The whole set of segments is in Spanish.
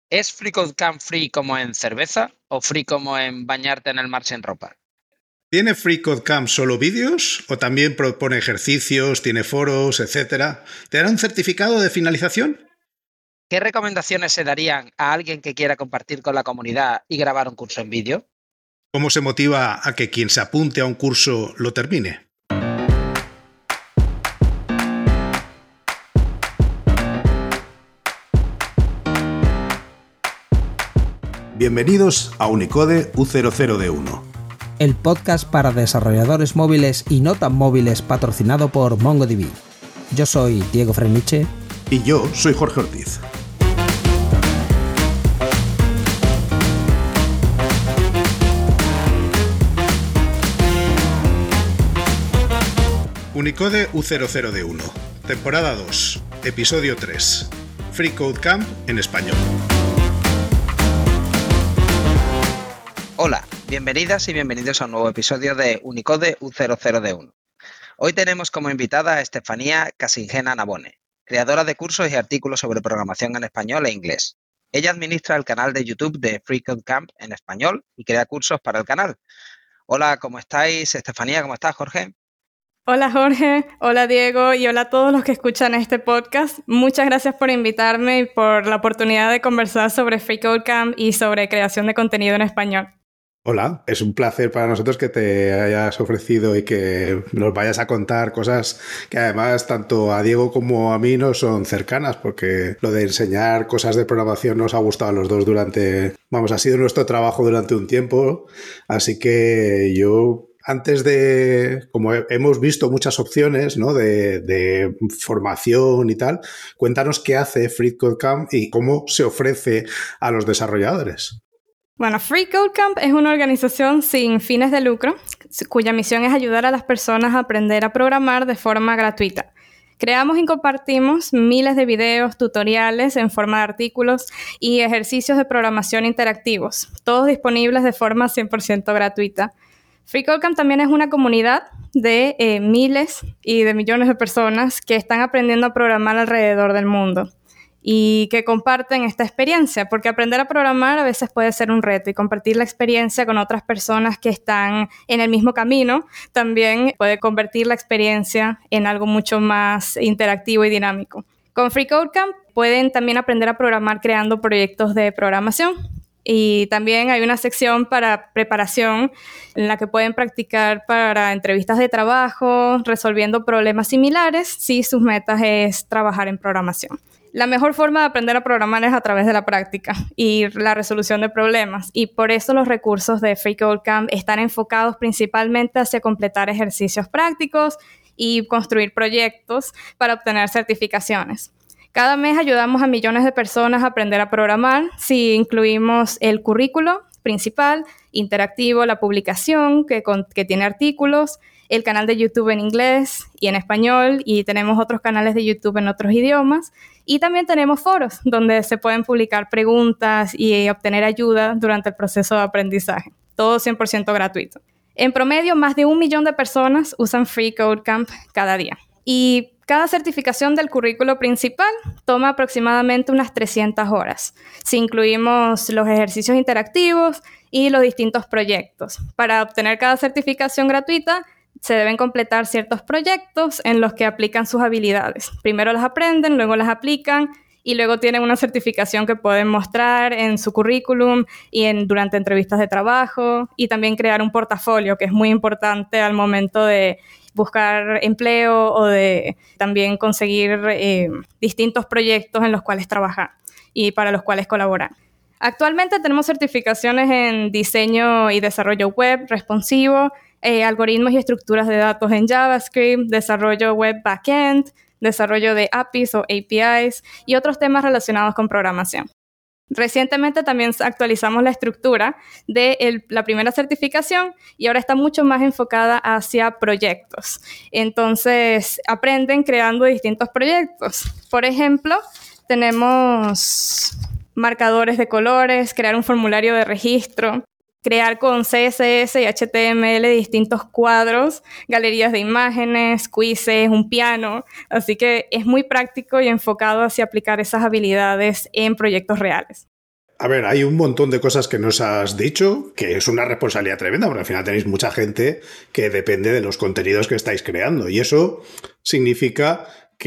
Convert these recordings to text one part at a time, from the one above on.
¿Es FreeCodeCamp free como en cerveza o free como en bañarte en el mar sin ropa? ¿Tiene FreeCodeCamp solo vídeos o también propone ejercicios, tiene foros, etcétera? ¿Te dará un certificado de finalización? ¿Qué recomendaciones se darían a alguien que quiera compartir con la comunidad y grabar un curso en vídeo? ¿Cómo se motiva a que quien se apunte a un curso lo termine? Bienvenidos a Unicode U00D1. El podcast para desarrolladores móviles y no tan móviles patrocinado por MongoDB. Yo soy Diego Freniche. Y yo soy Jorge Ortiz. Unicode U00D1, temporada 2, episodio 3, FreeCodeCamp en español. Hola, bienvenidas y bienvenidos a un nuevo episodio de Unicode U00D1. Hoy tenemos como invitada a Estefanía Casingena Nabone, creadora de cursos y artículos sobre programación en español e inglés. Ella administra el canal de YouTube de FreeCodeCamp en español y crea cursos para el canal. Hola, ¿cómo estáis? Estefanía, ¿cómo estás, Jorge? Hola Jorge, hola Diego y hola a todos los que escuchan este podcast. Muchas gracias por invitarme y por la oportunidad de conversar sobre FreeCodeCamp y sobre creación de contenido en español. Hola, es un placer para nosotros que te hayas ofrecido y que nos vayas a contar cosas que además tanto a Diego como a mí nos son cercanas, porque lo de enseñar cosas de programación nos ha gustado a los dos ha sido nuestro trabajo durante un tiempo, así que como hemos visto muchas opciones, ¿no?, de formación y tal, cuéntanos qué hace FreeCodeCamp y cómo se ofrece a los desarrolladores. Bueno, FreeCodeCamp es una organización sin fines de lucro, cuya misión es ayudar a las personas a aprender a programar de forma gratuita. Creamos y compartimos miles de videos, tutoriales en forma de artículos y ejercicios de programación interactivos, todos disponibles de forma 100% gratuita. FreeCodeCamp también es una comunidad de miles y de millones de personas que están aprendiendo a programar alrededor del mundo y que comparten esta experiencia, porque aprender a programar a veces puede ser un reto y compartir la experiencia con otras personas que están en el mismo camino también puede convertir la experiencia en algo mucho más interactivo y dinámico. Con FreeCodeCamp pueden también aprender a programar creando proyectos de programación. Y también hay una sección para preparación en la que pueden practicar para entrevistas de trabajo, resolviendo problemas similares si sus metas es trabajar en programación. La mejor forma de aprender a programar es a través de la práctica y la resolución de problemas. Y por eso los recursos de FreeCodeCamp están enfocados principalmente hacia completar ejercicios prácticos y construir proyectos para obtener certificaciones. Cada mes ayudamos a millones de personas a aprender a programar si incluimos el currículo principal, interactivo, la publicación que tiene artículos, el canal de YouTube en inglés y en español, y tenemos otros canales de YouTube en otros idiomas. Y también tenemos foros donde se pueden publicar preguntas y obtener ayuda durante el proceso de aprendizaje. Todo 100% gratuito. En promedio, más de 1 millón de personas usan FreeCodeCamp cada día. Y cada certificación del currículo principal toma aproximadamente unas 300 horas, si incluimos los ejercicios interactivos y los distintos proyectos. Para obtener cada certificación gratuita, se deben completar ciertos proyectos en los que aplican sus habilidades. Primero las aprenden, luego las aplican y luego tienen una certificación que pueden mostrar en su currículum y durante entrevistas de trabajo, y también crear un portafolio, que es muy importante al momento de buscar empleo o de también conseguir distintos proyectos en los cuales trabajar y para los cuales colaborar. Actualmente tenemos certificaciones en diseño y desarrollo web responsivo, algoritmos y estructuras de datos en JavaScript, desarrollo web backend, desarrollo de APIs o APIs y otros temas relacionados con programación. Recientemente también actualizamos la estructura de la primera certificación y ahora está mucho más enfocada hacia proyectos. Entonces, aprenden creando distintos proyectos. Por ejemplo, tenemos marcadores de colores, crear un formulario de registro, crear con CSS y HTML distintos cuadros, galerías de imágenes, quizzes, un piano. Así que es muy práctico y enfocado hacia aplicar esas habilidades en proyectos reales. A ver, hay un montón de cosas que nos has dicho, que es una responsabilidad tremenda, porque al final tenéis mucha gente que depende de los contenidos que estáis creando. Y eso significa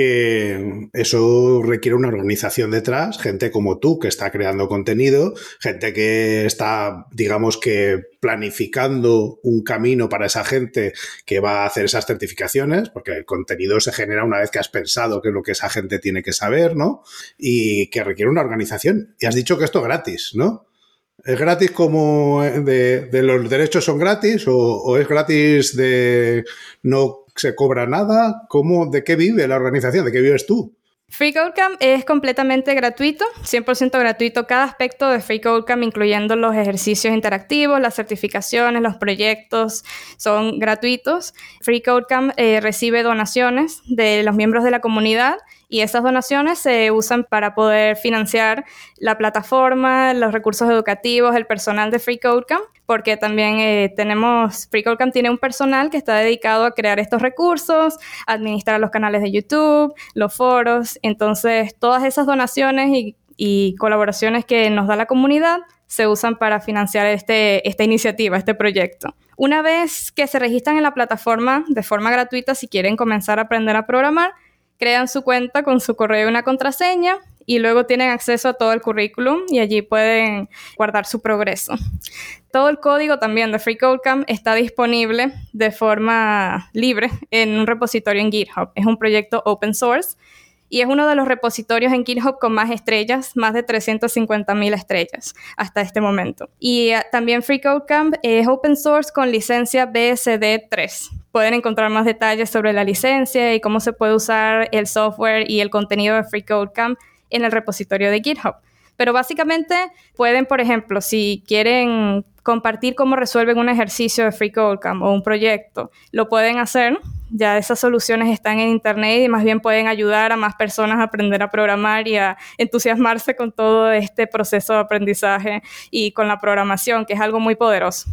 que eso requiere una organización detrás, gente como tú que está creando contenido, gente que está, digamos que, planificando un camino para esa gente que va a hacer esas certificaciones, porque el contenido se genera una vez que has pensado qué es lo que esa gente tiene que saber, ¿no? Y que requiere una organización. Y has dicho que esto es gratis, ¿no? ¿Es gratis como de los derechos son gratis o es gratis de no se cobra nada? ¿Cómo, de qué vive la organización? ¿De qué vives tú? FreeCodeCamp es completamente gratuito, 100% gratuito cada aspecto de FreeCodeCamp, incluyendo los ejercicios interactivos, las certificaciones, los proyectos, son gratuitos. FreeCodeCamp recibe donaciones de los miembros de la comunidad y esas donaciones se usan para poder financiar la plataforma, los recursos educativos, el personal de FreeCodeCamp, porque también FreeCodeCamp tiene un personal que está dedicado a crear estos recursos, a administrar los canales de YouTube, los foros. Entonces, todas esas donaciones y colaboraciones que nos da la comunidad se usan para financiar esta iniciativa, este proyecto. Una vez que se registran en la plataforma de forma gratuita, si quieren comenzar a aprender a programar, crean su cuenta con su correo y una contraseña y luego tienen acceso a todo el currículum y allí pueden guardar su progreso. Todo el código también de FreeCodeCamp está disponible de forma libre en un repositorio en GitHub. Es un proyecto open source y es uno de los repositorios en GitHub con más estrellas, más de 350,000 estrellas hasta este momento. Y también FreeCodeCamp es open source con licencia BSD 3. Pueden encontrar más detalles sobre la licencia y cómo se puede usar el software y el contenido de FreeCodeCamp en el repositorio de GitHub. Pero básicamente pueden, por ejemplo, si quieren compartir cómo resuelven un ejercicio de FreeCodeCamp o un proyecto, lo pueden hacer. Ya esas soluciones están en internet y más bien pueden ayudar a más personas a aprender a programar y a entusiasmarse con todo este proceso de aprendizaje y con la programación, que es algo muy poderoso.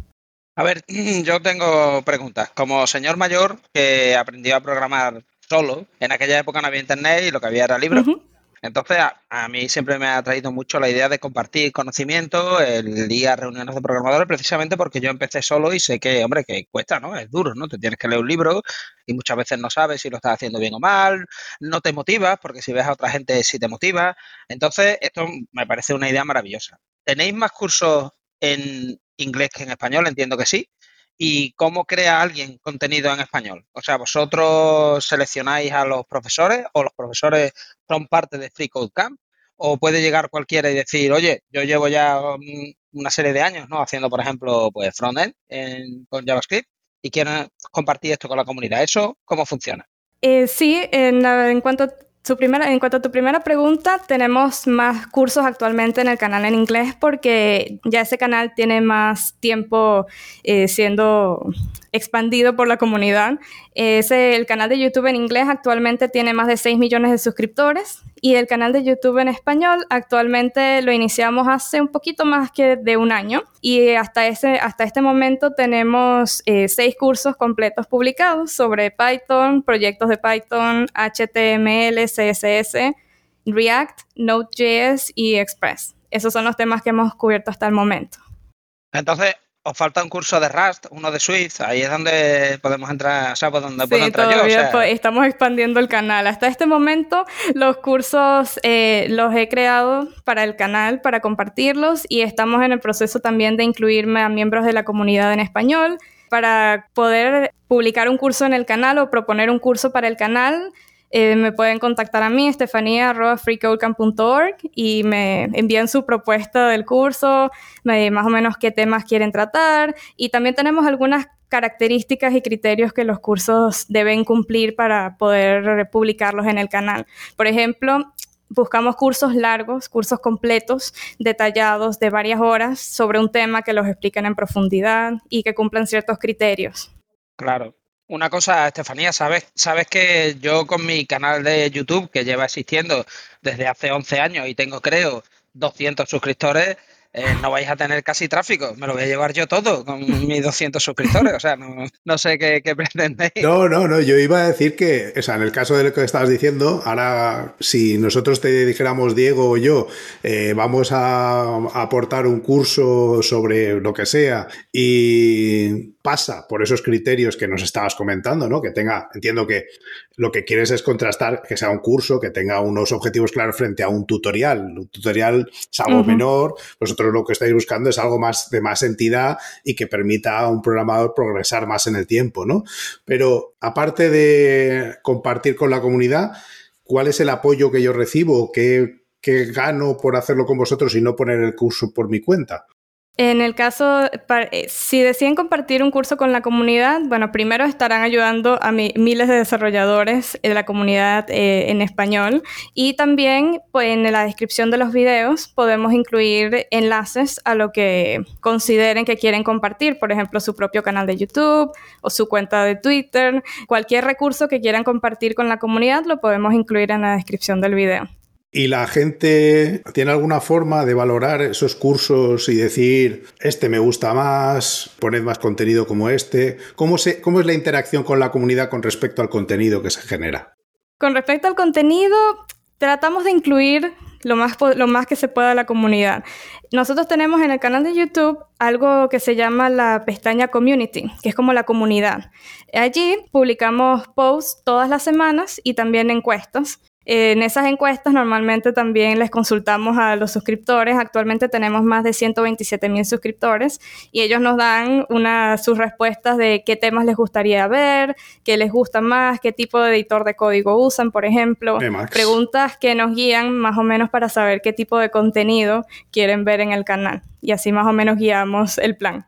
A ver, yo tengo preguntas. Como señor mayor que aprendió a programar solo, en aquella época no había internet y lo que había era libros. Uh-huh. Entonces, a mí siempre me ha atraído mucho la idea de compartir conocimiento, el ir a reuniones de programadores, precisamente porque yo empecé solo y sé que, hombre, que cuesta, ¿no? Es duro, ¿no? Te tienes que leer un libro y muchas veces no sabes si lo estás haciendo bien o mal, no te motivas, porque si ves a otra gente sí te motiva. Entonces, esto me parece una idea maravillosa. ¿Tenéis más cursos en inglés que en español? Entiendo que sí. ¿Y cómo crea alguien contenido en español? O sea, ¿vosotros seleccionáis a los profesores o los profesores son parte de FreeCodeCamp? ¿O puede llegar cualquiera y decir, oye, yo llevo ya una serie de años, ¿no? Haciendo, por ejemplo, pues frontend con JavaScript y quiero compartir esto con la comunidad? ¿Eso cómo funciona? Sí, en cuanto a tu primera pregunta, tenemos más cursos actualmente en el canal en inglés porque ya ese canal tiene más tiempo siendo expandido por la comunidad. El canal de YouTube en inglés actualmente tiene más de 6 millones de suscriptores y el canal de YouTube en español actualmente lo iniciamos hace un poquito más que de un año y hasta este momento tenemos 6 cursos completos publicados sobre Python, proyectos de Python, HTML, CSS, React, Node.js y Express. Esos son los temas que hemos cubierto hasta el momento. Entonces, os falta un curso de Rust, uno de Swift, ahí es donde podemos entrar, o sea, por donde puedo entrar yo. O sea, estamos expandiendo el canal. Hasta este momento los cursos los he creado para el canal, para compartirlos y estamos en el proceso también de incluirme a miembros de la comunidad en español para poder publicar un curso en el canal o proponer un curso para el canal. Me pueden contactar a mí, Estefania@freecodecamp.org y me envían su propuesta del curso, más o menos qué temas quieren tratar y también tenemos algunas características y criterios que los cursos deben cumplir para poder publicarlos en el canal. Por ejemplo, buscamos cursos largos, cursos completos, detallados de varias horas sobre un tema que los expliquen en profundidad y que cumplan ciertos criterios. Claro. Una cosa, Estefanía, sabes que yo con mi canal de YouTube, que lleva existiendo desde hace 11 años y tengo, creo, 200 suscriptores, no vais a tener casi tráfico, me lo voy a llevar yo todo con mis 200 suscriptores, o sea, no sé qué pretendéis. No, yo iba a decir que, o sea, en el caso de lo que estabas diciendo, ahora si nosotros te dijéramos, Diego o yo, vamos a aportar un curso sobre lo que sea y pasa por esos criterios que nos estabas comentando, ¿no? Que tenga, entiendo que lo que quieres es contrastar que sea un curso, que tenga unos objetivos claros frente a un tutorial. Un tutorial es algo menor, vosotros lo que estáis buscando es algo más de más entidad y que permita a un programador progresar más en el tiempo, ¿no? Pero aparte de compartir con la comunidad, ¿cuál es el apoyo que yo recibo? ¿Qué gano por hacerlo con vosotros y no poner el curso por mi cuenta? En el caso, si deciden compartir un curso con la comunidad, bueno, primero estarán ayudando a miles de desarrolladores de la comunidad en español, y también pues, en la descripción de los videos podemos incluir enlaces a lo que consideren que quieren compartir, por ejemplo, su propio canal de YouTube o su cuenta de Twitter. Cualquier recurso que quieran compartir con la comunidad lo podemos incluir en la descripción del video. ¿Y la gente tiene alguna forma de valorar esos cursos y decir, este me gusta más, poned más contenido como este? ¿Cómo es la interacción con la comunidad con respecto al contenido que se genera? Con respecto al contenido, tratamos de incluir lo más que se pueda a la comunidad. Nosotros tenemos en el canal de YouTube algo que se llama la pestaña Community, que es como la comunidad. Allí publicamos posts todas las semanas y también encuestas. En esas encuestas normalmente también les consultamos a los suscriptores. Actualmente tenemos más de 127,000 suscriptores y ellos nos dan sus respuestas de qué temas les gustaría ver, qué les gusta más, qué tipo de editor de código usan, por ejemplo. Preguntas que nos guían más o menos para saber qué tipo de contenido quieren ver en el canal y así más o menos guiamos el plan.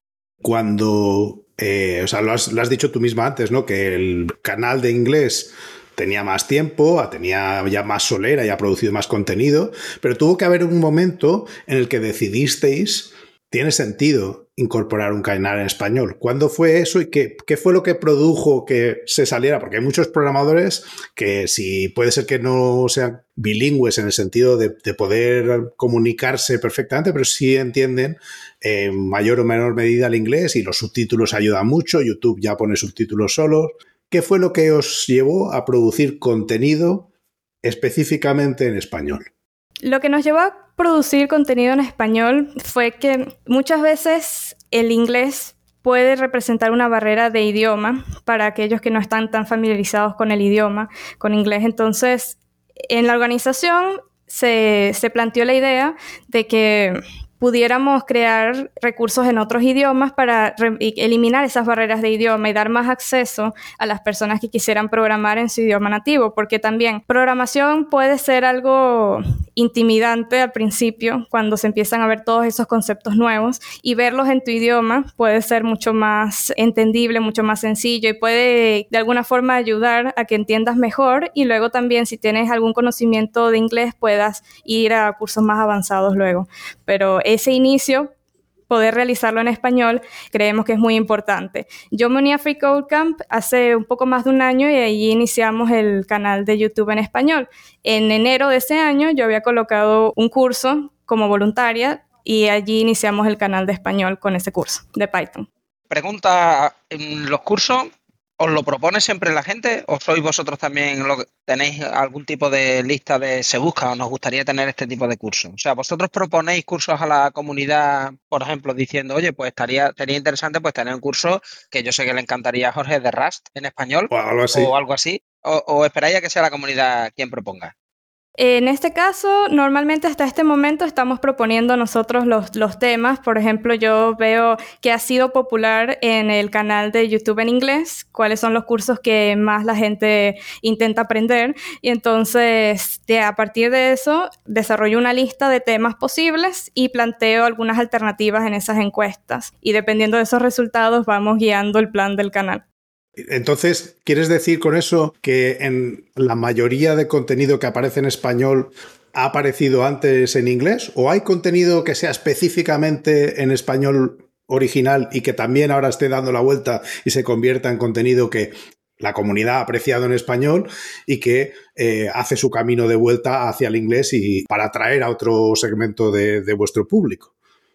Cuando, o sea, lo has dicho tú misma antes, ¿no? Que el canal de inglés tenía más tiempo, tenía ya más solera y ha producido más contenido, pero tuvo que haber un momento en el que decidisteis, tiene sentido incorporar un canal en español. ¿Cuándo fue eso y qué fue lo que produjo que se saliera? Porque hay muchos programadores que si puede ser que no sean bilingües en el sentido de poder comunicarse perfectamente, pero sí entienden en mayor o menor medida el inglés y los subtítulos ayudan mucho, YouTube ya pone subtítulos solos. ¿Qué fue lo que os llevó a producir contenido específicamente en español? Lo que nos llevó a producir contenido en español fue que muchas veces el inglés puede representar una barrera de idioma para aquellos que no están tan familiarizados con el idioma, con inglés. Entonces, en la organización se planteó la idea de que pudiéramos crear recursos en otros idiomas para eliminar esas barreras de idioma y dar más acceso a las personas que quisieran programar en su idioma nativo, porque también programación puede ser algo intimidante al principio cuando se empiezan a ver todos esos conceptos nuevos, y verlos en tu idioma puede ser mucho más entendible, mucho más sencillo y puede de alguna forma ayudar a que entiendas mejor, y luego también si tienes algún conocimiento de inglés puedas ir a cursos más avanzados luego. Pero ese inicio, poder realizarlo en español, creemos que es muy importante. Yo me uní a Free Code Camp hace un poco más de un año y allí iniciamos el canal de YouTube en español. En enero de ese año yo había colocado un curso como voluntaria y allí iniciamos el canal de español con ese curso de Python. Pregunta, ¿en los cursos os lo propone siempre la gente o sois vosotros también tenéis algún tipo de lista de se busca o nos gustaría tener este tipo de cursos? O sea, ¿vosotros proponéis cursos a la comunidad, por ejemplo, diciendo, oye, pues sería interesante pues tener un curso que yo sé que le encantaría a Jorge de Rust en español o algo así? ¿O esperáis a que sea la comunidad quien proponga? En este caso, normalmente hasta este momento estamos proponiendo nosotros los temas. Por ejemplo, yo veo que ha sido popular en el canal de YouTube en inglés, cuáles son los cursos que más la gente intenta aprender. Y entonces, a partir de eso, desarrollo una lista de temas posibles y planteo algunas alternativas en esas encuestas. Y dependiendo de esos resultados, vamos guiando el plan del canal. Entonces, ¿quieres decir con eso que en la mayoría de contenido que aparece en español ha aparecido antes en inglés? ¿O hay contenido que sea específicamente en español original y que también ahora esté dando la vuelta y se convierta en contenido que la comunidad ha apreciado en español y que hace su camino de vuelta hacia el inglés y para atraer a otro segmento de vuestro público?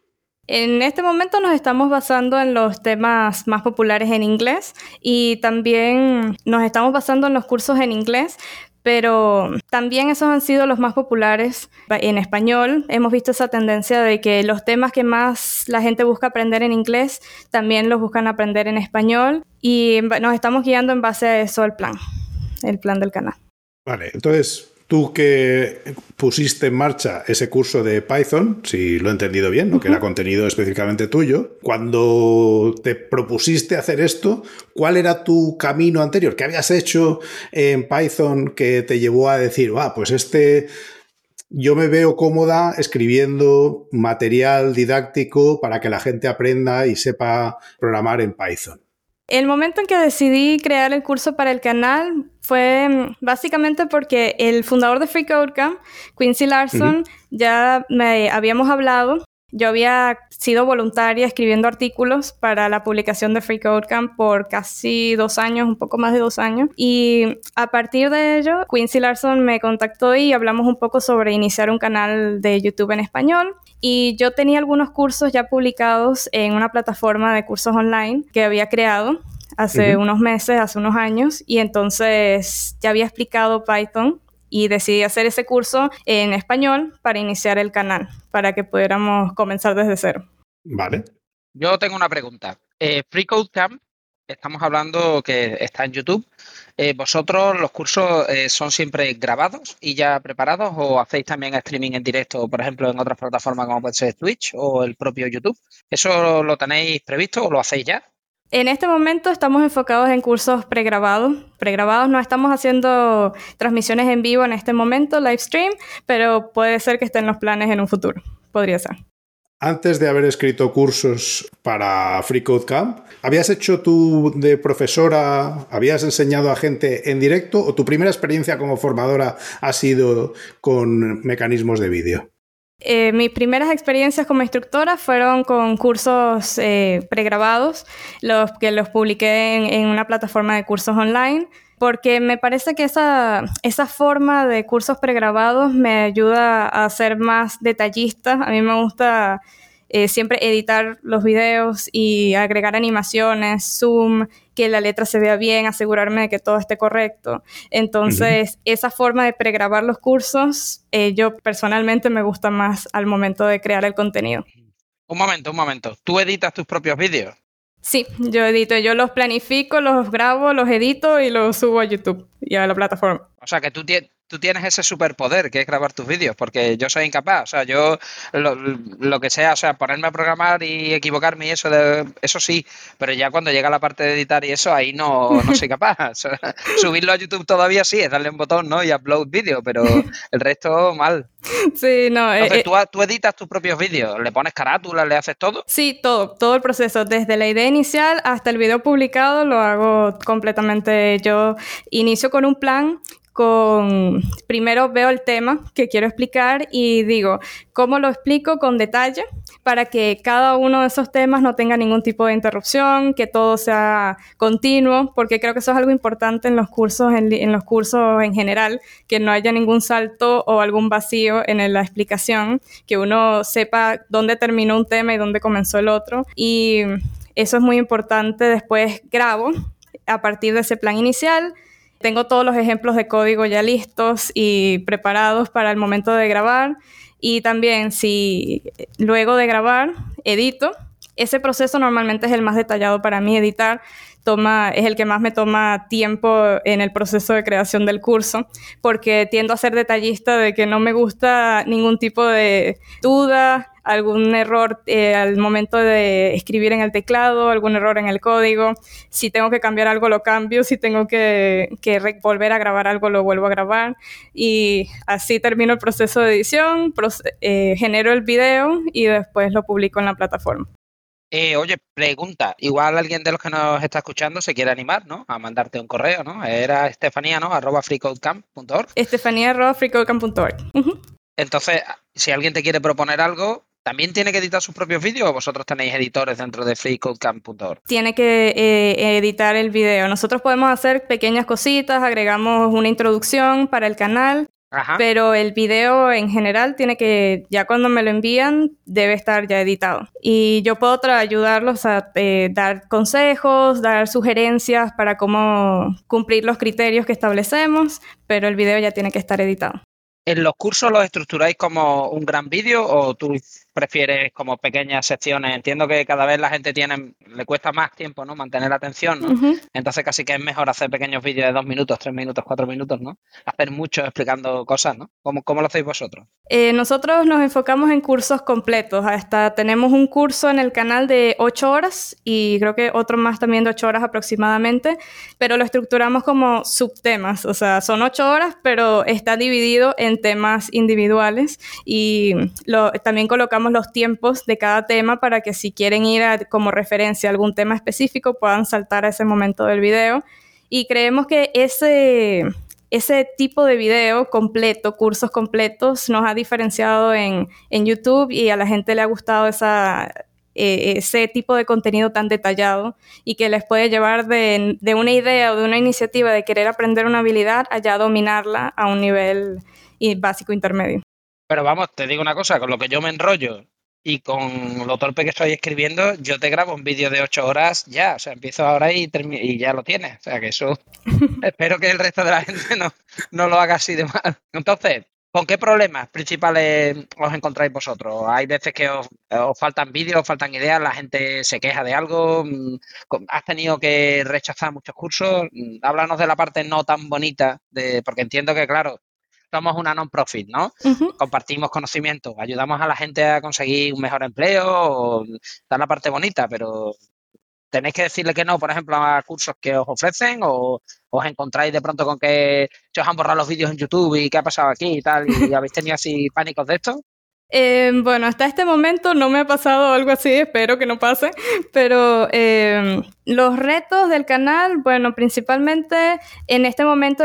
En este momento nos estamos basando en los temas más populares en inglés y también nos estamos basando en los cursos en inglés, pero también esos han sido los más populares en español. Hemos visto esa tendencia de que los temas que más la gente busca aprender en inglés también los buscan aprender en español y nos estamos guiando en base a eso el plan del canal. Vale, entonces tú que pusiste en marcha ese curso de Python, si lo he entendido bien, ¿no? Que era contenido específicamente tuyo, cuando te propusiste hacer esto, ¿cuál era tu camino anterior? ¿Qué habías hecho en Python que te llevó a decir, pues yo me veo cómoda escribiendo material didáctico para que la gente aprenda y sepa programar en Python? El momento en que decidí crear el curso para el canal fue básicamente porque el fundador de FreeCodeCamp, Quincy Larson, ya me habíamos hablado. Yo había sido voluntaria escribiendo artículos para la publicación de FreeCodeCamp por casi 2 años, un poco más de 2 años. Y a partir de ello, Quincy Larson me contactó y hablamos un poco sobre iniciar un canal de YouTube en español. Y yo tenía algunos cursos ya publicados en una plataforma de cursos online que había creado hace unos meses, hace unos años. Y entonces ya había explicado Python y decidí hacer ese curso en español para iniciar el canal, para que pudiéramos comenzar desde cero. Vale. Yo tengo una pregunta. FreeCodeCamp, estamos hablando que está en YouTube. ¿Vosotros los cursos son siempre grabados y ya preparados o hacéis también streaming en directo, por ejemplo, en otras plataformas como puede ser Twitch o el propio YouTube? ¿Eso lo tenéis previsto o lo hacéis ya? En este momento estamos enfocados en cursos pregrabados. No estamos haciendo transmisiones en vivo en este momento, live stream, pero puede ser que estén los planes en un futuro. Podría ser. Antes de haber escrito cursos para FreeCodeCamp, ¿habías hecho tú de profesora, habías enseñado a gente en directo o tu primera experiencia como formadora ha sido con mecanismos de vídeo? Mis primeras experiencias como instructora fueron con cursos pregrabados, los publiqué en una plataforma de cursos online, porque me parece que esa forma de cursos pregrabados me ayuda a ser más detallista. A mí me gusta siempre editar los videos y agregar animaciones, zoom, que la letra se vea bien, asegurarme de que todo esté correcto. Entonces, esa forma de pregrabar los cursos, yo personalmente me gusta más al momento de crear el contenido. Un momento. ¿Tú editas tus propios vídeos? Sí, yo edito. Yo los planifico, los grabo, los edito y los subo a YouTube y a la plataforma. O sea, que tú tienes ese superpoder que es grabar tus vídeos, porque yo soy incapaz. O sea, yo lo que sea, o sea, ponerme a programar y equivocarme y eso sí, pero ya cuando llega la parte de editar y eso, ahí no soy capaz. O sea, subirlo a YouTube todavía sí, es darle un botón, ¿no? Y upload vídeo, pero el resto mal. Sí, no. Entonces, ¿tú editas tus propios vídeos? ¿Le pones carátulas, le haces todo? Sí, todo el proceso, desde la idea inicial hasta el video publicado lo hago completamente. Yo inicio con un plan. Primero veo el tema que quiero explicar y digo cómo lo explico con detalle para que cada uno de esos temas no tenga ningún tipo de interrupción, que todo sea continuo, porque creo que eso es algo importante en los cursos en general, que no haya ningún salto o algún vacío en la explicación, que uno sepa dónde terminó un tema y dónde comenzó el otro. Y eso es muy importante. Después grabo a partir de ese plan inicial. Tengo todos los ejemplos de código ya listos y preparados para el momento de grabar. Y también, si luego de grabar, edito. Ese proceso normalmente es el más detallado para mí. Editar es el que más me toma tiempo en el proceso de creación del curso, porque tiendo a ser detallista de que no me gusta ningún tipo de duda, algún error al momento de escribir en el teclado, algún error en el código. Si tengo que cambiar algo, lo cambio. Si tengo que volver a grabar algo, lo vuelvo a grabar. Y así termino el proceso de edición, genero el video y después lo publico en la plataforma. Oye, pregunta, igual alguien de los que nos está escuchando se quiere animar, ¿no? A mandarte un correo, ¿no? Era Estefanía, ¿no? @freecodecamp.org. Estefanía@freecodecamp.org. Entonces, si alguien te quiere proponer algo, ¿también tiene que editar sus propios vídeos o vosotros tenéis editores dentro de freecodecamp.org? Tiene que editar el video. Nosotros podemos hacer pequeñas cositas, agregamos una introducción para el canal, Ajá. Pero el video en general tiene que, ya cuando me lo envían, debe estar ya editado. Y yo puedo ayudarlos a dar consejos, dar sugerencias para cómo cumplir los criterios que establecemos, pero el video ya tiene que estar editado. ¿En los cursos los estructuráis como un gran vídeo o tú prefieres como pequeñas secciones? Entiendo que cada vez la gente le cuesta más tiempo, ¿no? Mantener la atención, ¿no? Uh-huh. Entonces casi que es mejor hacer pequeños vídeos de 2 minutos, 3 minutos, 4 minutos, ¿no? Hacer mucho explicando cosas, ¿no? ¿Cómo lo hacéis vosotros? Nosotros nos enfocamos en cursos completos. Hasta tenemos un curso en el canal de 8 horas y creo que otro más también de 8 horas aproximadamente, pero lo estructuramos como subtemas. O sea, son 8 horas, pero está dividido en temas individuales y también colocamos los tiempos de cada tema para que si quieren ir como referencia a algún tema específico puedan saltar a ese momento del video. Y creemos que ese tipo de video completo, cursos completos, nos ha diferenciado en YouTube y a la gente le ha gustado ese tipo de contenido tan detallado y que les puede llevar de una idea o de una iniciativa de querer aprender una habilidad a ya dominarla a un nivel básico intermedio. Pero vamos, te digo una cosa, con lo que yo me enrollo y con lo torpe que estoy escribiendo, yo te grabo un vídeo de 8 horas ya, o sea, empiezo ahora y ya lo tienes, o sea, que eso espero que el resto de la gente no lo haga así de mal. Entonces, ¿con qué problemas principales os encontráis vosotros? ¿Hay veces que os faltan vídeos, os faltan ideas, la gente se queja de algo? ¿Has tenido que rechazar muchos cursos? Háblanos de la parte no tan bonita, porque entiendo que, claro, somos una non-profit, ¿no? Uh-huh. Compartimos conocimientos, ayudamos a la gente a conseguir un mejor empleo, está la parte bonita, pero ¿tenéis que decirle que no, por ejemplo, a cursos que os ofrecen o os encontráis de pronto con que se os han borrado los vídeos en YouTube y qué ha pasado aquí y tal y habéis tenido así pánicos de esto? Bueno, hasta este momento no me ha pasado algo así, espero que no pase, pero los retos del canal, bueno, principalmente en este momento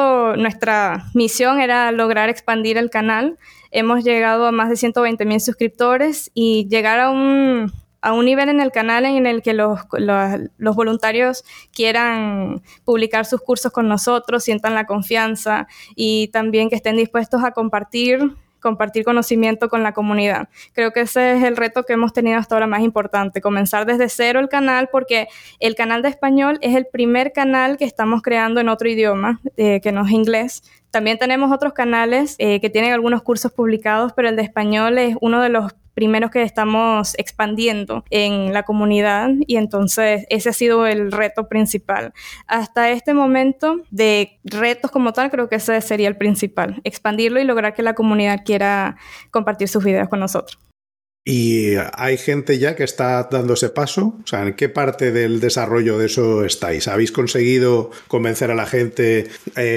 nuestra misión era lograr expandir el canal. Hemos llegado a más de 120,000 suscriptores y llegar a un nivel en el canal en el que los voluntarios quieran publicar sus cursos con nosotros, sientan la confianza y también que estén dispuestos a compartir conocimiento con la comunidad. Creo que ese es el reto que hemos tenido hasta ahora más importante, comenzar desde cero el canal, porque el canal de español es el primer canal que estamos creando en otro idioma, que no es inglés. También tenemos otros canales que tienen algunos cursos publicados, pero el de español es uno de los primeros que estamos expandiendo en la comunidad y entonces ese ha sido el reto principal. Hasta este momento de retos como tal, creo que ese sería el principal, expandirlo y lograr que la comunidad quiera compartir sus videos con nosotros. ¿Y hay gente ya que está dando ese paso? O sea, ¿en qué parte del desarrollo de eso estáis? ¿Habéis conseguido convencer a la gente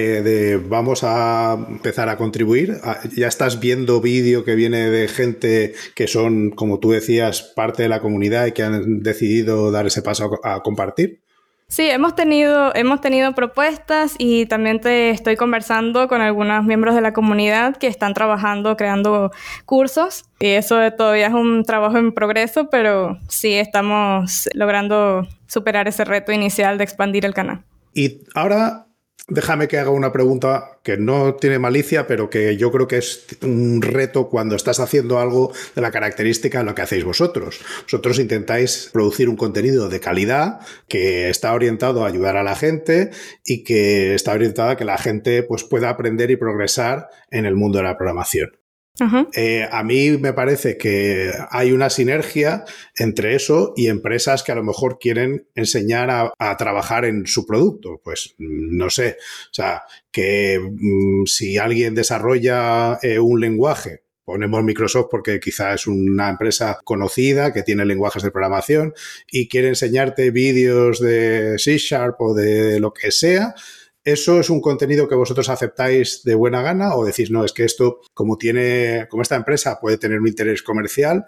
de vamos a empezar a contribuir? ¿Ya estás viendo vídeo que viene de gente que son, como tú decías, parte de la comunidad y que han decidido dar ese paso a compartir? Sí, hemos tenido propuestas y también estoy conversando con algunos miembros de la comunidad que están trabajando, creando cursos. Y eso todavía es un trabajo en progreso, pero sí estamos logrando superar ese reto inicial de expandir el canal. Y ahora déjame que haga una pregunta que no tiene malicia, pero que yo creo que es un reto cuando estás haciendo algo de la característica de lo que hacéis vosotros. Vosotros intentáis producir un contenido de calidad que está orientado a ayudar a la gente y que está orientado a que la gente pues, pueda aprender y progresar en el mundo de la programación. Uh-huh. A mí me parece que hay una sinergia entre eso y empresas que a lo mejor quieren enseñar a trabajar en su producto. Pues no sé, o sea, que si alguien desarrolla un lenguaje, ponemos Microsoft porque quizá es una empresa conocida que tiene lenguajes de programación y quiere enseñarte vídeos de C# o de lo que sea. ¿Eso es un contenido que vosotros aceptáis de buena gana o decís, no, es que esto, como esta empresa puede tener un interés comercial,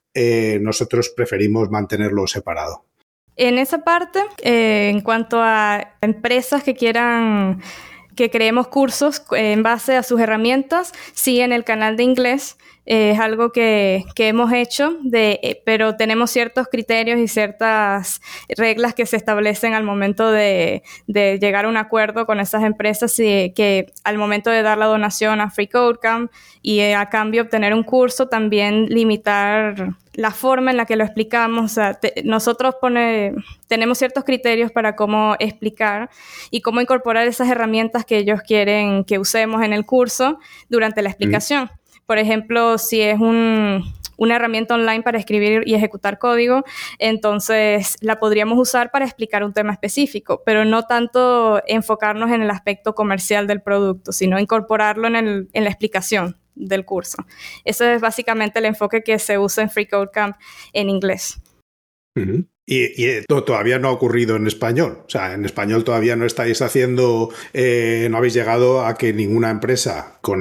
nosotros preferimos mantenerlo separado? En esa parte, en cuanto a empresas que quieran que creemos cursos en base a sus herramientas, sí, en el canal de inglés Es algo que hemos hecho, pero tenemos ciertos criterios y ciertas reglas que se establecen al momento de llegar a un acuerdo con esas empresas y que al momento de dar la donación a FreeCodeCamp y a cambio obtener un curso, también limitar la forma en la que lo explicamos. O sea, nosotros tenemos ciertos criterios para cómo explicar y cómo incorporar esas herramientas que ellos quieren que usemos en el curso durante la explicación. Por ejemplo, si es una herramienta online para escribir y ejecutar código, entonces la podríamos usar para explicar un tema específico, pero no tanto enfocarnos en el aspecto comercial del producto, sino incorporarlo en la explicación del curso. Ese es básicamente el enfoque que se usa en FreeCodeCamp en inglés. Uh-huh. Y todavía no ha ocurrido en español. O sea, en español todavía no estáis haciendo, no habéis llegado a que ninguna empresa con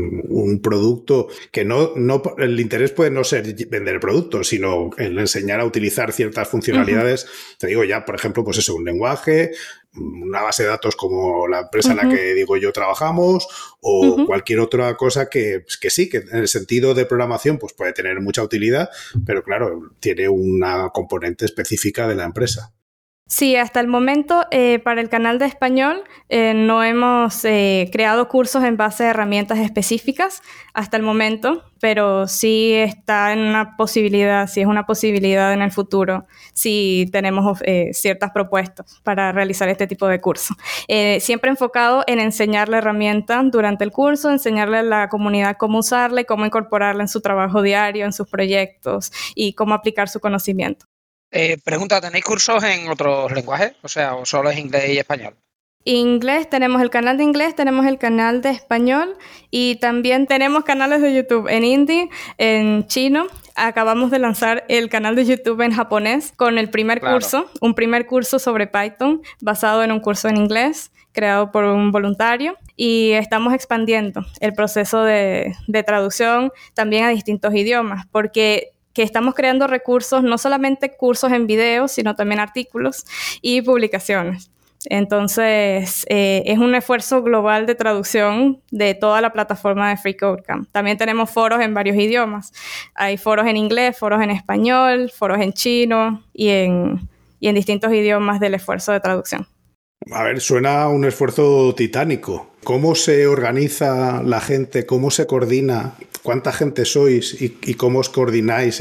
un producto que no el interés puede no ser vender el producto, sino el enseñar a utilizar ciertas funcionalidades. Uh-huh. Te digo ya, por ejemplo, pues eso, un lenguaje, una base de datos como la empresa uh-huh. en la que digo yo trabajamos, o uh-huh. cualquier otra cosa que sí, que en el sentido de programación pues puede tener mucha utilidad, pero claro, tiene una componente específica de la empresa. Sí, hasta el momento para el canal de español no hemos creado cursos en base a herramientas específicas hasta el momento, pero sí está en una posibilidad, sí es una posibilidad en el futuro, si tenemos ciertas propuestas para realizar este tipo de curso. Siempre enfocado en enseñar la herramienta durante el curso, enseñarle a la comunidad cómo usarla y cómo incorporarla en su trabajo diario, en sus proyectos y cómo aplicar su conocimiento. Pregunta, ¿tenéis cursos en otros lenguajes? O sea, ¿o solo es inglés y español? Inglés, tenemos el canal de inglés, tenemos el canal de español y también tenemos canales de YouTube en hindi, en chino. Acabamos de lanzar el canal de YouTube en japonés con el primer curso, un primer curso sobre Python basado en un curso en inglés creado por un voluntario, y estamos expandiendo el proceso de traducción también a distintos idiomas, porque estamos creando recursos, no solamente cursos en video, sino también artículos y publicaciones. Entonces, es un esfuerzo global de traducción de toda la plataforma de FreeCodeCamp. También tenemos foros en varios idiomas. Hay foros en inglés, foros en español, foros en chino y en distintos idiomas del esfuerzo de traducción. A ver, suena un esfuerzo titánico. ¿Cómo se organiza la gente? ¿Cómo se coordina? ¿Cuánta gente sois? ¿Y cómo os coordináis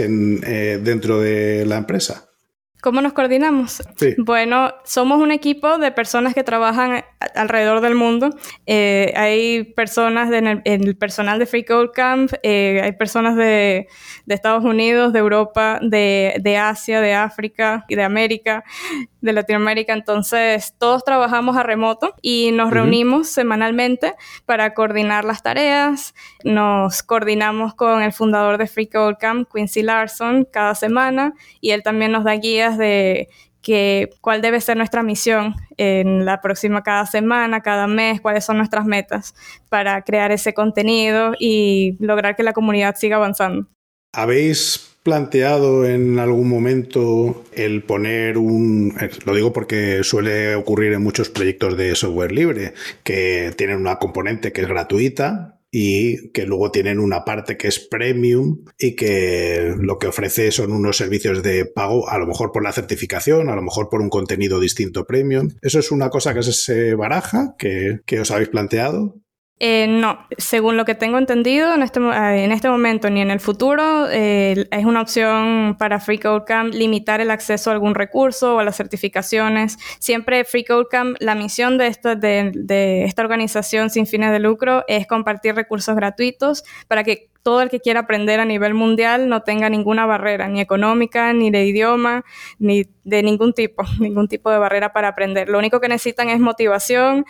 dentro de la empresa? ¿Cómo nos coordinamos? Sí. Bueno, somos un equipo de personas que trabajan alrededor del mundo. Hay personas en el personal de FreeCodeCamp, hay personas de Estados Unidos, de Europa, de Asia, de África y de América, de Latinoamérica. Entonces, todos trabajamos a remoto y nos reunimos semanalmente para coordinar las tareas. Nos coordinamos con el fundador de FreeCodeCamp, Quincy Larson, cada semana, y él también nos da guías de cuál debe ser nuestra misión en la próxima, cada semana, cada mes, cuáles son nuestras metas para crear ese contenido y lograr que la comunidad siga avanzando. ¿Habéis planteado en algún momento el poner lo digo porque suele ocurrir en muchos proyectos de software libre, que tienen una componente que es gratuita y que luego tienen una parte que es premium y que lo que ofrece son unos servicios de pago, a lo mejor por la certificación, a lo mejor por un contenido distinto premium? ¿Eso es una cosa que se baraja, que os habéis planteado? No, según lo que tengo entendido, en este momento ni en el futuro es una opción para FreeCodeCamp limitar el acceso a algún recurso o a las certificaciones. Siempre FreeCodeCamp, la misión de esta organización sin fines de lucro es compartir recursos gratuitos para que todo el que quiera aprender a nivel mundial no tenga ninguna barrera, ni económica, ni de idioma, ni de ningún tipo de barrera para aprender. Lo único que necesitan es motivación,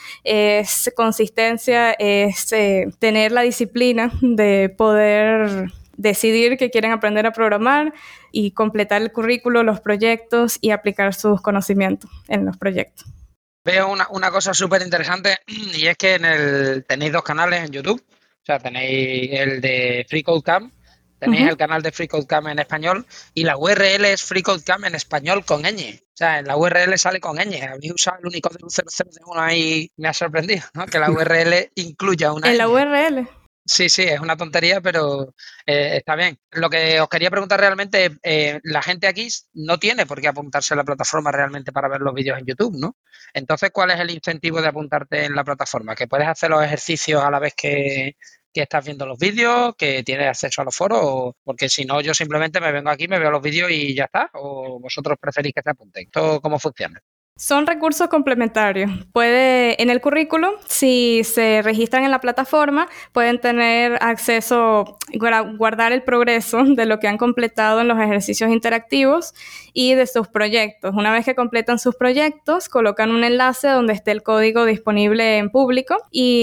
es consistencia, es tener la disciplina de poder decidir que quieren aprender a programar y completar el currículo, los proyectos y aplicar sus conocimientos en los proyectos. Veo una cosa súper interesante, y es que tenéis dos canales en YouTube. O sea, tenéis el de FreeCodeCamp, tenéis el canal de FreeCodeCamp en español, y la URL es FreeCodeCamp en español con ñ. O sea, en la URL sale con ñ. Habéis usado el Unicode 0001 ahí, me ha sorprendido, ¿no? Que la URL incluya una ¿En ñ. la URL? Sí, sí, es una tontería, pero está bien. Lo que os quería preguntar realmente, la gente aquí no tiene por qué apuntarse a la plataforma realmente para ver los vídeos en YouTube, ¿no? Entonces, ¿cuál es el incentivo de apuntarte en la plataforma? ¿Que puedes hacer los ejercicios a la vez que estás viendo los vídeos, que tienes acceso a los foros? Porque si no, yo simplemente me vengo aquí, me veo los vídeos y ya está. ¿O vosotros preferís que te apunten? ¿Esto cómo funciona? Son recursos complementarios. En el currículo, si se registran en la plataforma, pueden tener acceso, guardar el progreso de lo que han completado en los ejercicios interactivos y de sus proyectos. Una vez que completan sus proyectos, colocan un enlace donde esté el código disponible en público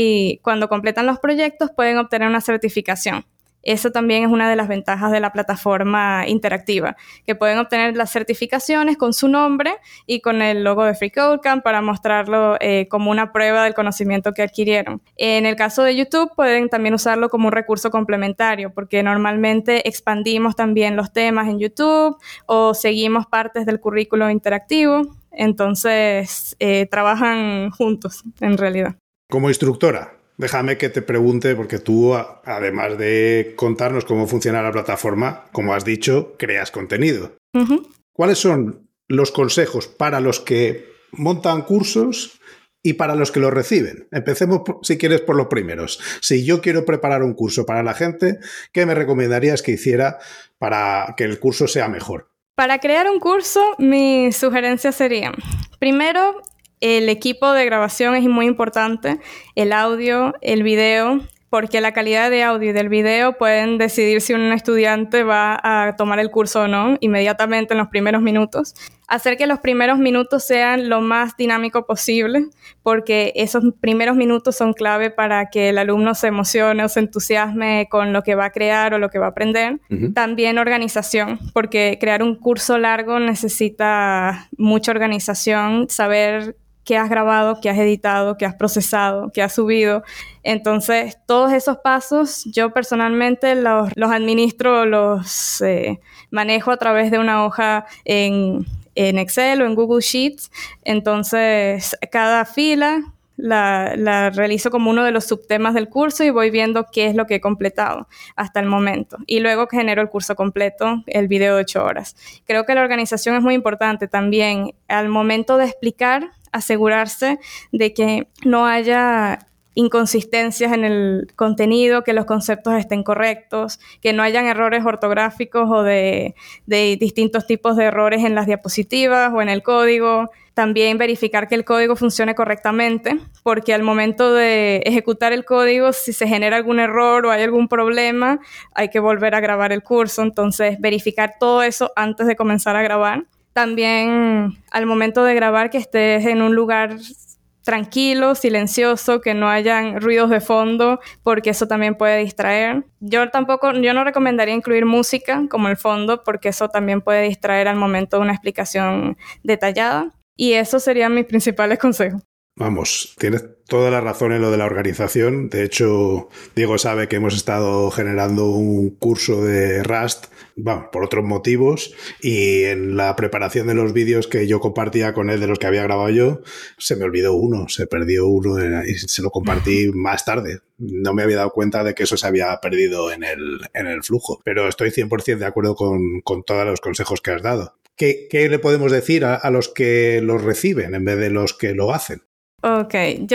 y cuando completan los proyectos pueden obtener una certificación. Eso también es una de las ventajas de la plataforma interactiva, que pueden obtener las certificaciones con su nombre y con el logo de FreeCodeCamp para mostrarlo como una prueba del conocimiento que adquirieron. En el caso de YouTube pueden también usarlo como un recurso complementario, porque normalmente expandimos también los temas en YouTube o seguimos partes del currículo interactivo. Entonces, trabajan juntos, en realidad. Como instructora, déjame que te pregunte, porque tú, además de contarnos cómo funciona la plataforma, como has dicho, creas contenido. Uh-huh. ¿Cuáles son los consejos para los que montan cursos y para los que los reciben? Empecemos, si quieres, por los primeros. Si yo quiero preparar un curso para la gente, ¿qué me recomendarías que hiciera para que el curso sea mejor? Para crear un curso, mis sugerencias serían, primero, el equipo de grabación es muy importante, el audio, el video, porque la calidad de audio y del video pueden decidir si un estudiante va a tomar el curso o no inmediatamente en los primeros minutos. Hacer que los primeros minutos sean lo más dinámico posible, porque esos primeros minutos son clave para que el alumno se emocione o se entusiasme con lo que va a crear o lo que va a aprender. Uh-huh. También organización, porque crear un curso largo necesita mucha organización, saber qué has grabado, qué has editado, qué has procesado, qué has subido. Entonces, todos esos pasos yo personalmente los administro, los manejo a través de una hoja en Excel o en Google Sheets. Entonces, cada fila la realizo como uno de los subtemas del curso y voy viendo qué es lo que he completado hasta el momento. Y luego genero el curso completo, el video de 8 horas. Creo que la organización es muy importante también. Al momento de explicar, asegurarse de que no haya inconsistencias en el contenido, que los conceptos estén correctos, que no hayan errores ortográficos o de distintos tipos de errores en las diapositivas o en el código. También verificar que el código funcione correctamente, porque al momento de ejecutar el código, si se genera algún error o hay algún problema, hay que volver a grabar el curso. Entonces, verificar todo eso antes de comenzar a grabar. También al momento de grabar que estés en un lugar tranquilo, silencioso, que no hayan ruidos de fondo, porque eso también puede distraer. Yo no recomendaría incluir música como el fondo, porque eso también puede distraer al momento de una explicación detallada. Y esos serían mis principales consejos. Vamos, tienes toda la razón en lo de la organización. De hecho, Diego sabe que hemos estado generando un curso de Rust, bueno, por otros motivos, y en la preparación de los vídeos que yo compartía con él, de los que había grabado yo, se me olvidó uno, se perdió uno y se lo compartí más tarde. No me había dado cuenta de que eso se había perdido en el flujo, pero estoy 100% de acuerdo con todos los consejos que has dado. ¿Qué le podemos decir a los que los reciben en vez de los que lo hacen? Ok,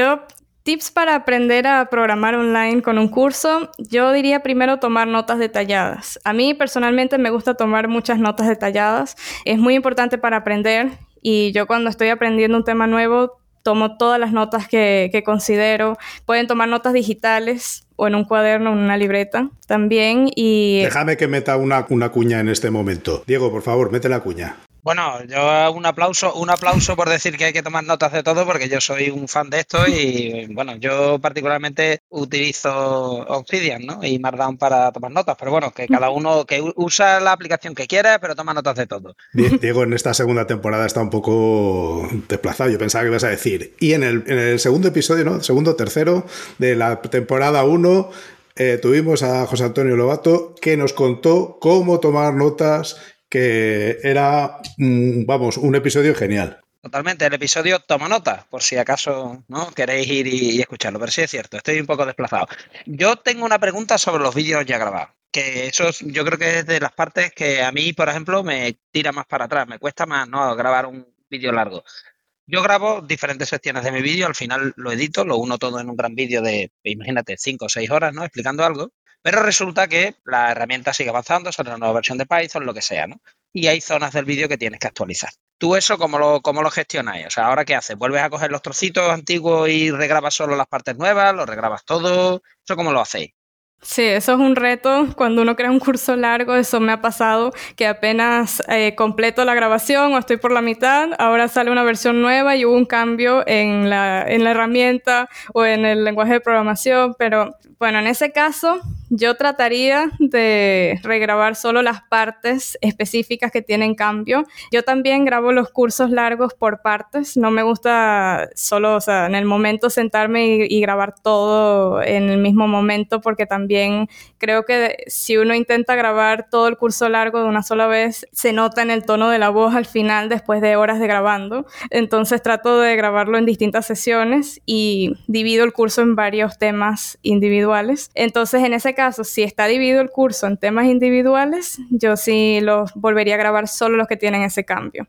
tips para aprender a programar online con un curso, yo diría primero tomar notas detalladas. A mí personalmente me gusta tomar muchas notas detalladas, es muy importante para aprender y yo cuando estoy aprendiendo un tema nuevo tomo todas las notas que considero. Pueden tomar notas digitales o en un cuaderno o en una libreta también. Déjame que meta una cuña en este momento. Diego, por favor, mete la cuña. Bueno, yo un aplauso por decir que hay que tomar notas de todo, porque yo soy un fan de esto y, bueno, yo particularmente utilizo Obsidian, ¿no? Y Markdown para tomar notas, pero bueno, que cada uno que usa la aplicación que quiera, pero toma notas de todo. Diego en esta segunda temporada está un poco desplazado, yo pensaba que ibas a decir. Y en el segundo episodio, ¿no? Segundo, tercero de la temporada 1... tuvimos a José Antonio Lobato que nos contó cómo tomar notas, que era, vamos, un episodio genial. Totalmente, el episodio toma nota, por si acaso no queréis ir y escucharlo, pero sí es cierto, estoy un poco desplazado. Yo tengo una pregunta sobre los vídeos ya grabados, que yo creo que es de las partes que a mí, por ejemplo, me tira más para atrás, me cuesta más, ¿no?, grabar un vídeo largo. Yo grabo diferentes secciones de mi vídeo, al final lo edito, lo uno todo en un gran vídeo de, imagínate, 5 o 6 horas, ¿no?, explicando algo, pero resulta que la herramienta sigue avanzando, sale una nueva versión de Python, lo que sea, ¿no? Y hay zonas del vídeo que tienes que actualizar. ¿Tú eso cómo lo gestionáis? O sea, ¿ahora qué haces? ¿Vuelves a coger los trocitos antiguos y regrabas solo las partes nuevas? ¿Lo regrabas todo? ¿Eso cómo lo hacéis? Sí, eso es un reto. Cuando uno crea un curso largo, eso me ha pasado, que apenas completo la grabación o estoy por la mitad, ahora sale una versión nueva y hubo un cambio en la herramienta o en el lenguaje de programación, pero bueno, en ese caso yo trataría de regrabar solo las partes específicas que tienen cambio. Yo también grabo los cursos largos por partes, no me gusta solo, o sea, en el momento sentarme y grabar todo en el mismo momento, porque también creo que si uno intenta grabar todo el curso largo de una sola vez, se nota en el tono de la voz al final después de horas de grabando. Entonces trato de grabarlo en distintas sesiones y divido el curso en varios temas individuales. Entonces, en ese caso, si está dividido el curso en temas individuales, yo sí los volvería a grabar solo los que tienen ese cambio.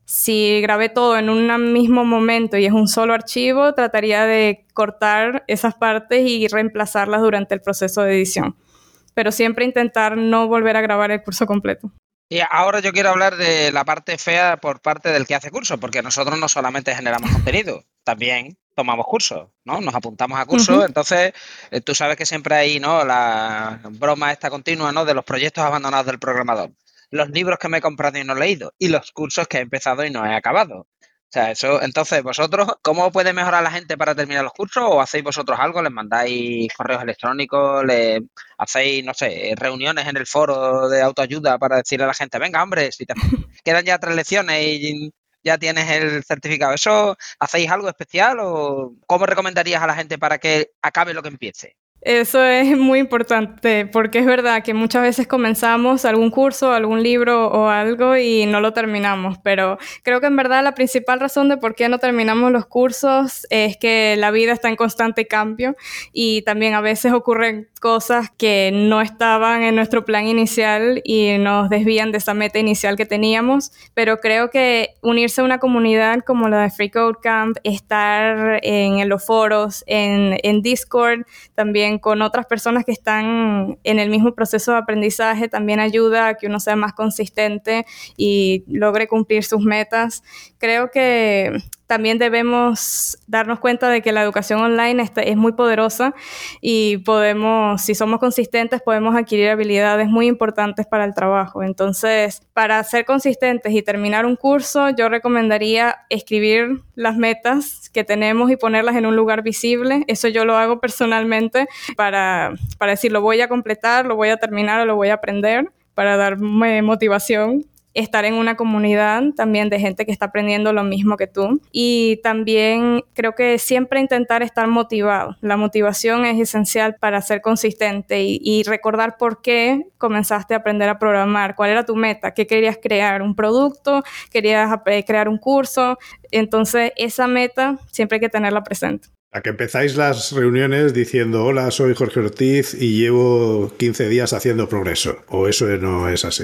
Si grabé todo en un mismo momento y es un solo archivo, trataría de cortar esas partes y reemplazarlas durante el proceso de edición. Pero siempre intentar no volver a grabar el curso completo. Y ahora yo quiero hablar de la parte fea por parte del que hace cursos, porque nosotros no solamente generamos contenido, también tomamos cursos, ¿no? Nos apuntamos a cursos, entonces tú sabes que siempre hay, ¿no?, la broma esta continua, ¿no?, de los proyectos abandonados del programador, los libros que me he comprado y no he leído, y los cursos que he empezado y no he acabado. O sea, eso, entonces, vosotros, ¿cómo puede mejorar la gente para terminar los cursos? ¿O hacéis vosotros algo? ¿Les mandáis correos electrónicos? ¿Les hacéis, no sé, reuniones en el foro de autoayuda para decirle a la gente, venga, hombre, si te quedan ya 3 lecciones y ya tienes el certificado? ¿Eso hacéis algo especial o cómo recomendarías a la gente para que acabe lo que empiece? Eso es muy importante porque es verdad que muchas veces comenzamos algún curso, algún libro o algo y no lo terminamos, pero creo que en verdad la principal razón de por qué no terminamos los cursos es que la vida está en constante cambio y también a veces ocurren cosas que no estaban en nuestro plan inicial y nos desvían de esa meta inicial que teníamos, pero creo que unirse a una comunidad como la de Free Code Camp, estar en los foros, en Discord, también con otras personas que están en el mismo proceso de aprendizaje, también ayuda a que uno sea más consistente y logre cumplir sus metas. Creo que también debemos darnos cuenta de que la educación online es muy poderosa y podemos, si somos consistentes, podemos adquirir habilidades muy importantes para el trabajo. Entonces, para ser consistentes y terminar un curso, yo recomendaría escribir las metas que tenemos y ponerlas en un lugar visible. Eso yo lo hago personalmente para decir, lo voy a completar, lo voy a terminar o lo voy a aprender, para darme motivación. Estar en una comunidad también de gente que está aprendiendo lo mismo que tú y también creo que siempre intentar estar motivado. La motivación es esencial para ser consistente y recordar por qué comenzaste a aprender a programar, cuál era tu meta, qué querías crear, un producto, querías crear un curso. Entonces esa meta siempre hay que tenerla presente. A que empezáis las reuniones diciendo hola, soy Jorge Ortiz y llevo 15 días haciendo progreso, o eso no es así.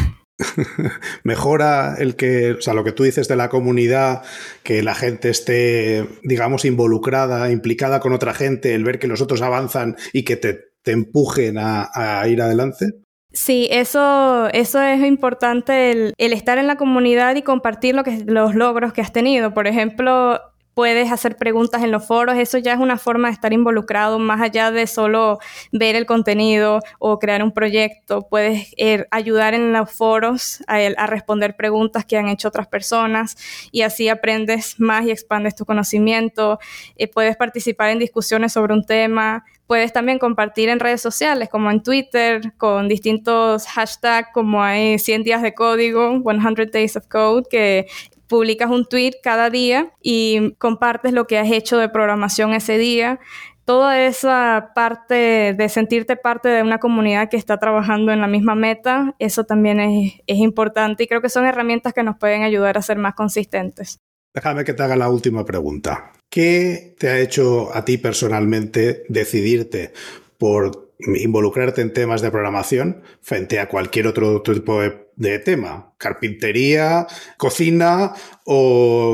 Mejora o sea, lo que tú dices de la comunidad, que la gente esté, digamos, involucrada, implicada con otra gente, el ver que los otros avanzan y que te empujen a ir adelante. Sí, eso es importante, el estar en la comunidad y compartir los logros que has tenido. Por ejemplo, puedes hacer preguntas en los foros, eso ya es una forma de estar involucrado más allá de solo ver el contenido o crear un proyecto. Puedes ayudar en los foros a responder preguntas que han hecho otras personas y así aprendes más y expandes tu conocimiento. Puedes participar en discusiones sobre un tema. Puedes también compartir en redes sociales, como en Twitter, con distintos hashtags, como hay 100 días de código, 100 Days of Code, que publicas un tweet cada día y compartes lo que has hecho de programación ese día. Toda esa parte de sentirte parte de una comunidad que está trabajando en la misma meta, eso también es importante y creo que son herramientas que nos pueden ayudar a ser más consistentes. Déjame que te haga la última pregunta. ¿Qué te ha hecho a ti personalmente decidirte por involucrarte en temas de programación frente a cualquier otro tipo de tema? Carpintería, cocina o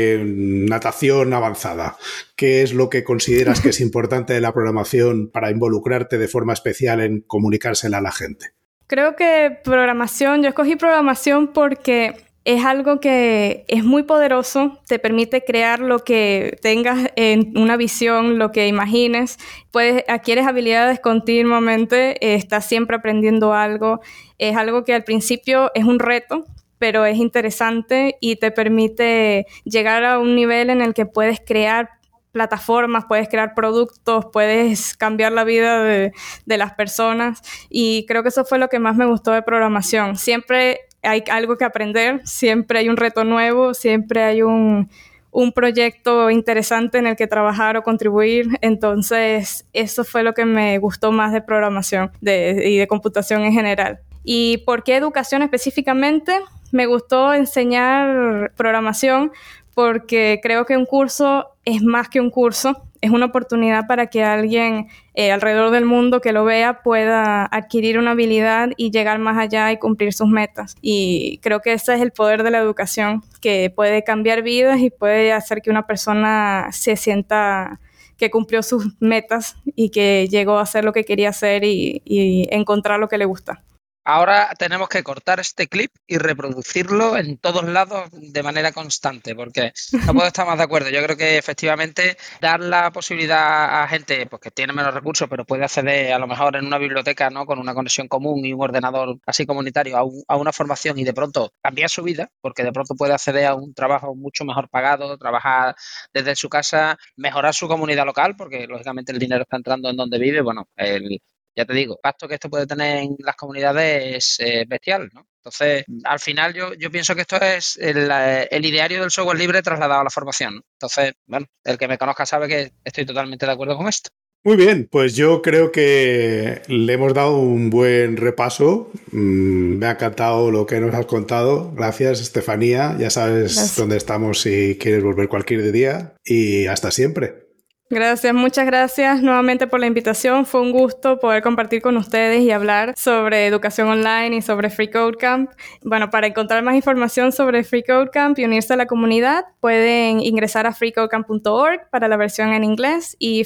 natación avanzada. ¿Qué es lo que consideras que es importante de la programación para involucrarte de forma especial en comunicársela a la gente? Creo que yo escogí programación porque es algo que es muy poderoso, te permite crear lo que tengas en una visión, lo que imagines, adquieres habilidades continuamente, estás siempre aprendiendo algo, es algo que al principio es un reto, pero es interesante y te permite llegar a un nivel en el que puedes crear plataformas, puedes crear productos, puedes cambiar la vida de las personas, y creo que eso fue lo que más me gustó de programación. Siempre hay algo que aprender, siempre hay un reto nuevo, siempre hay un proyecto interesante en el que trabajar o contribuir. Entonces, eso fue lo que me gustó más de programación y de computación en general. ¿Y por qué educación específicamente? Me gustó enseñar programación porque creo que un curso es más que un curso, es una oportunidad para que alguien alrededor del mundo que lo vea pueda adquirir una habilidad y llegar más allá y cumplir sus metas. Y creo que ese es el poder de la educación, que puede cambiar vidas y puede hacer que una persona se sienta que cumplió sus metas y que llegó a hacer lo que quería hacer y encontrar lo que le gusta. Ahora tenemos que cortar este clip y reproducirlo en todos lados de manera constante, porque no puedo estar más de acuerdo. Yo creo que efectivamente dar la posibilidad a gente pues, que tiene menos recursos, pero puede acceder a lo mejor en una biblioteca, ¿no?, con una conexión común y un ordenador así comunitario a una formación y de pronto cambiar su vida, porque de pronto puede acceder a un trabajo mucho mejor pagado, trabajar desde su casa, mejorar su comunidad local, porque lógicamente el dinero está entrando en donde vive. Bueno, ya te digo, el impacto que esto puede tener en las comunidades es bestial, ¿no? Entonces, al final yo pienso que esto es el ideario del software libre trasladado a la formación. Entonces, bueno, el que me conozca sabe que estoy totalmente de acuerdo con esto. Muy bien, pues yo creo que le hemos dado un buen repaso. Me ha encantado lo que nos has contado. Gracias, Estefanía. Ya sabes dónde estamos si quieres volver cualquier día. Y hasta siempre. Gracias, muchas gracias nuevamente por la invitación. Fue un gusto poder compartir con ustedes y hablar sobre educación online y sobre FreeCodeCamp. Bueno, para encontrar más información sobre FreeCodeCamp y unirse a la comunidad, pueden ingresar a freecodecamp.org para la versión en inglés y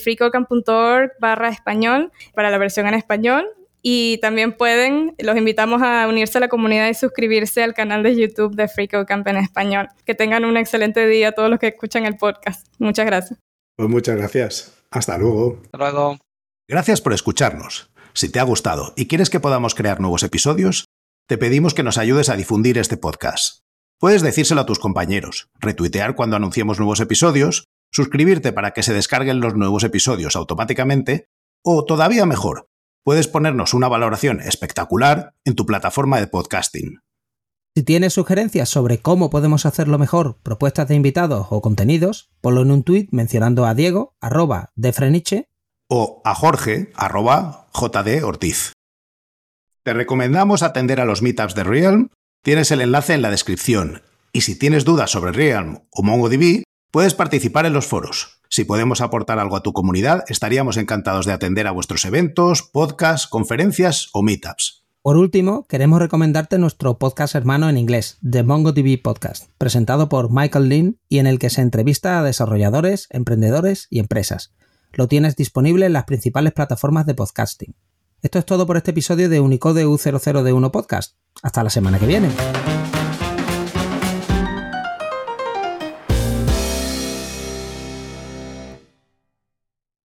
freecodecamp.org/español para la versión en español. Y también los invitamos a unirse a la comunidad y suscribirse al canal de YouTube de FreeCodeCamp en español. Que tengan un excelente día a todos los que escuchan el podcast. Muchas gracias. Pues muchas gracias. Hasta luego. Hasta luego. Gracias por escucharnos. Si te ha gustado y quieres que podamos crear nuevos episodios, te pedimos que nos ayudes a difundir este podcast. Puedes decírselo a tus compañeros, retuitear cuando anunciemos nuevos episodios, suscribirte para que se descarguen los nuevos episodios automáticamente, o todavía mejor, puedes ponernos una valoración espectacular en tu plataforma de podcasting. Si tienes sugerencias sobre cómo podemos hacerlo mejor, propuestas de invitados o contenidos, ponlo en un tuit mencionando a Diego, @defreniche, o a Jorge, @JDOrtiz. Te recomendamos atender a los meetups de Realm, tienes el enlace en la descripción, y si tienes dudas sobre Realm o MongoDB, puedes participar en los foros. Si podemos aportar algo a tu comunidad, estaríamos encantados de atender a vuestros eventos, podcasts, conferencias o meetups. Por último, queremos recomendarte nuestro podcast hermano en inglés, The MongoDB Podcast, presentado por Michael Lynn y en el que se entrevista a desarrolladores, emprendedores y empresas. Lo tienes disponible en las principales plataformas de podcasting. Esto es todo por este episodio de Unicode U00D1 Podcast. Hasta la semana que viene.